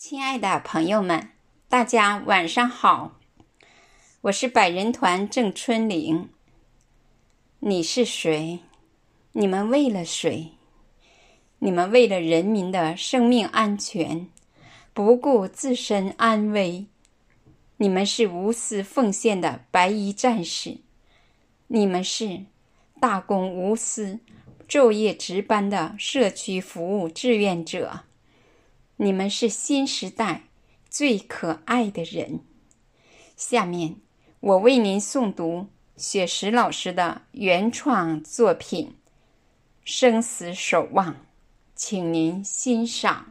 亲爱的朋友们，大家晚上好，我是百人团郑春玲。你是谁？你们为了谁？你们为了人民的生命安全，不顾自身安危。你们是无私奉献的白衣战士，你们是大公无私、昼夜值班的社区服务志愿者。你们是新时代最可爱的人。下面我为您诵读雪石老师的原创作品《生死守望》，请您欣赏。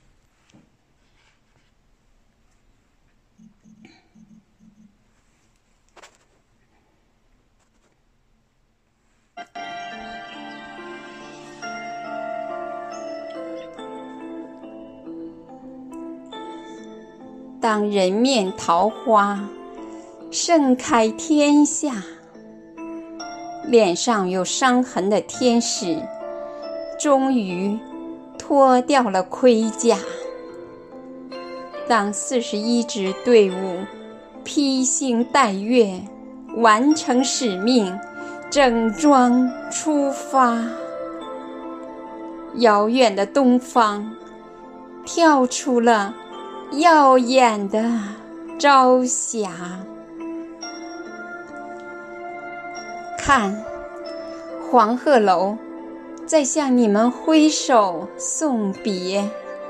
当人面桃花盛开天下，脸上有伤痕的天使终于脱掉了盔甲。当41支队伍披星戴月完成使命，整装出发，遥远的东方跳出了耀眼的朝霞。看，黄鹤楼在向你们挥手送别。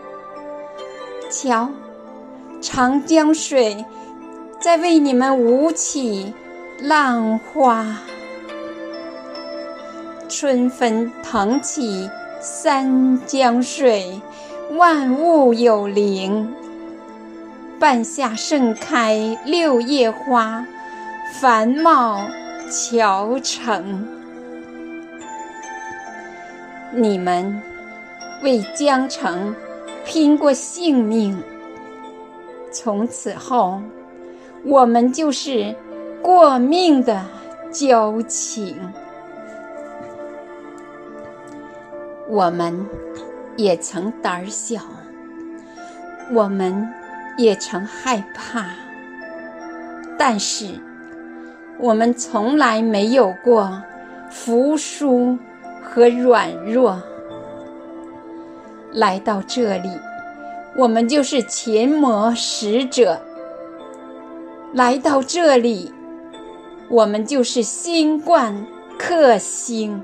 瞧，长江水在为你们舞起浪花。春分腾起三江水，万物有灵。半夏盛开六叶花，繁茂乔成。你们为江城拼过性命，从此后我们就是过命的交情。我们也曾胆小，我们也曾害怕，但是我们从来没有过服输和软弱。来到这里，我们就是群魔使者；来到这里，我们就是新冠克星。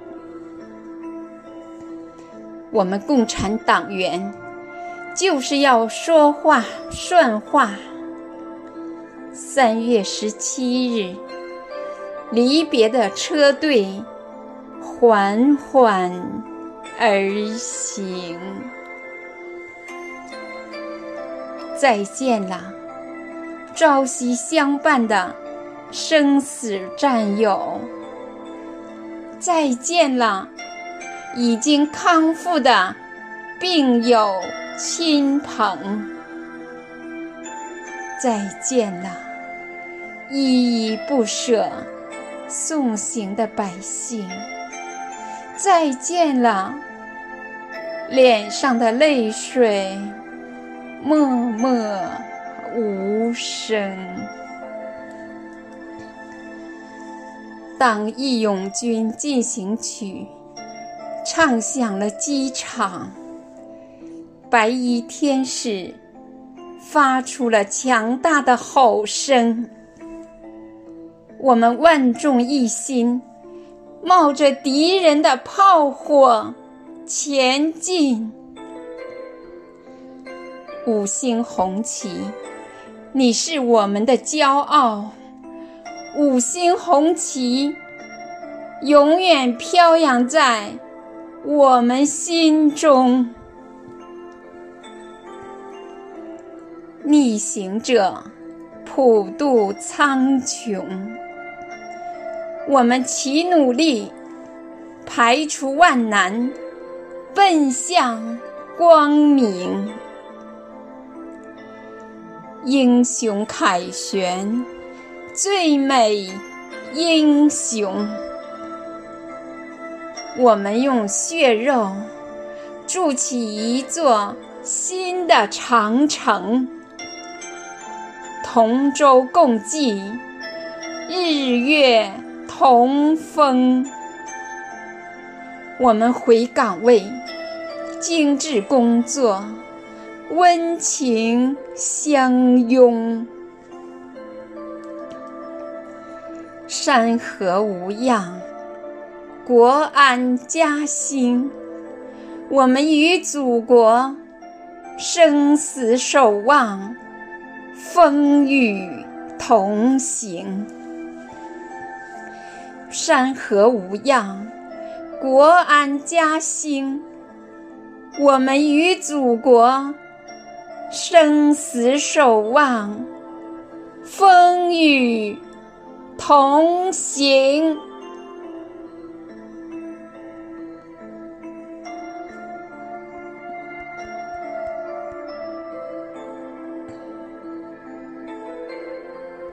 我们共产党员就是要说话算话。3月17日，离别的车队缓缓而行。再见了，朝夕相伴的生死战友。再见了，已经康复的病友亲朋。再见了，依依不舍送行的百姓。再见了，脸上的泪水默默无声。当义勇军进行曲唱响了机场，白衣天使发出了强大的吼声。我们万众一心，冒着敌人的炮火前进。5星红旗，你是我们的骄傲。5星红旗永远飘扬在我们心中。逆行者普渡苍穹，我们齐努力，排除万难，奔向光明。英雄凯旋，最美英雄。我们用血肉筑起一座新的长城。同舟共济，日月同风。我们回岗位，精致工作，温情相拥。山河无恙，国安家兴。我们与祖国生死守望，风雨同行。山河无恙，国安家兴。我们与祖国生死守望，风雨同行。